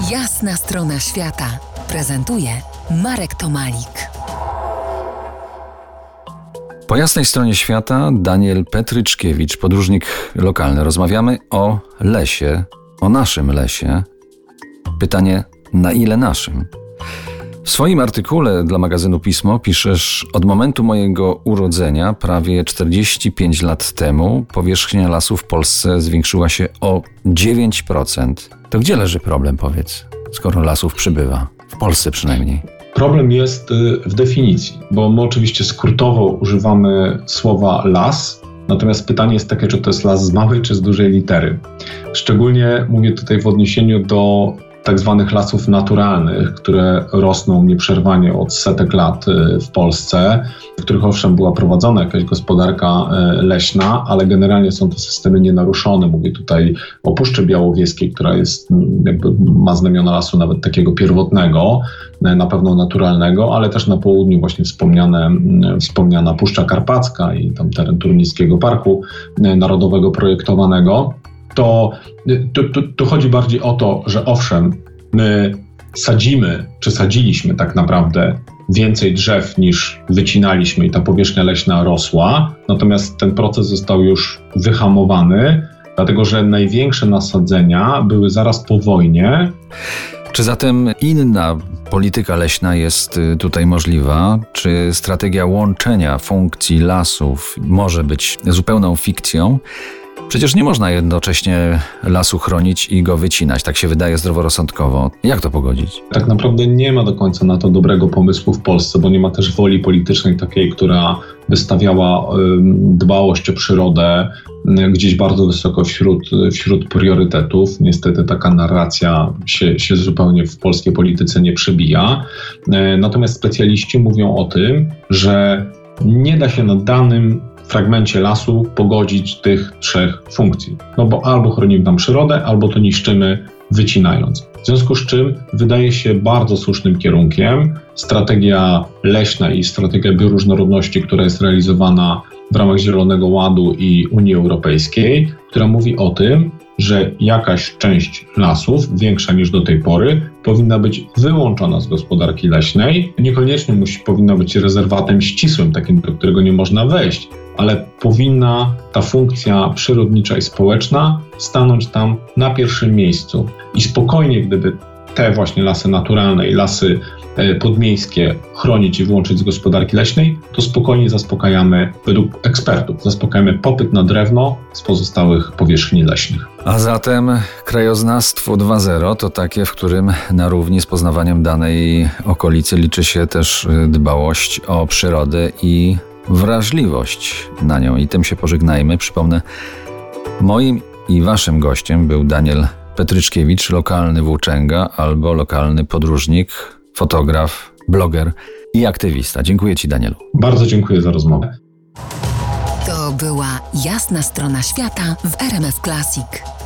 Jasna strona świata prezentuje Marek Tomalik. Po jasnej stronie świata Daniel Petryczkiewicz, podróżnik lokalny. Rozmawiamy o lesie, o naszym lesie. Pytanie, na ile naszym? W swoim artykule dla magazynu Pismo piszesz: od momentu mojego urodzenia, prawie 45 lat temu, powierzchnia lasów w Polsce zwiększyła się o 9%. To gdzie leży problem, powiedz, skoro lasów przybywa? W Polsce przynajmniej. Problem jest w definicji, bo my oczywiście skrótowo używamy słowa las, natomiast pytanie jest takie, czy to jest las z małej czy z dużej litery. Szczególnie mówię tutaj w odniesieniu do tak zwanych lasów naturalnych, które rosną nieprzerwanie od setek lat w Polsce, w których owszem była prowadzona jakaś gospodarka leśna, ale generalnie są to systemy nienaruszone. Mówię tutaj o Puszczy Białowieskiej, która jest, ma znamiona lasu nawet takiego pierwotnego, na pewno naturalnego, ale też na południu właśnie wspomniana Puszcza Karpacka i tam teren Turnickiego Parku Narodowego projektowanego. To chodzi bardziej o to, że owszem, my sadziliśmy tak naprawdę więcej drzew niż wycinaliśmy i ta powierzchnia leśna rosła, natomiast ten proces został już wyhamowany, dlatego że największe nasadzenia były zaraz po wojnie. Czy zatem inna polityka leśna jest tutaj możliwa? Czy strategia łączenia funkcji lasów może być zupełną fikcją? Przecież nie można jednocześnie lasu chronić i go wycinać. Tak się wydaje zdroworozsądkowo. Jak to pogodzić? Tak naprawdę nie ma do końca na to dobrego pomysłu w Polsce, bo nie ma też woli politycznej takiej, która by stawiała dbałość o przyrodę gdzieś bardzo wysoko wśród priorytetów. Niestety taka narracja się zupełnie w polskiej polityce nie przebija. Natomiast specjaliści mówią o tym, że nie da się na danym fragmencie lasu pogodzić tych trzech funkcji. No bo albo chronimy tam przyrodę, albo to niszczymy, wycinając. W związku z czym wydaje się bardzo słusznym kierunkiem strategia leśna i strategia bioróżnorodności, która jest realizowana w ramach Zielonego Ładu i Unii Europejskiej, która mówi o tym, że jakaś część lasów, większa niż do tej pory, powinna być wyłączona z gospodarki leśnej. Niekoniecznie powinna być rezerwatem ścisłym, takim, do którego nie można wejść, ale powinna ta funkcja przyrodnicza i społeczna stanąć tam na pierwszym miejscu. I spokojnie, gdyby te właśnie lasy naturalne i lasy podmiejskie chronić i wyłączyć z gospodarki leśnej, to spokojnie zaspokajamy, według ekspertów, popyt na drewno z pozostałych powierzchni leśnych. A zatem krajoznawstwo 2.0 to takie, w którym na równi z poznawaniem danej okolicy liczy się też dbałość o przyrodę i wrażliwość na nią. I tym się pożegnajmy. Przypomnę, moim i waszym gościem był Daniel Petryczkiewicz, lokalny włóczęga albo lokalny podróżnik, fotograf, bloger i aktywista. Dziękuję ci, Danielu. Bardzo dziękuję za rozmowę. To była Jasna strona świata w RMF Classic.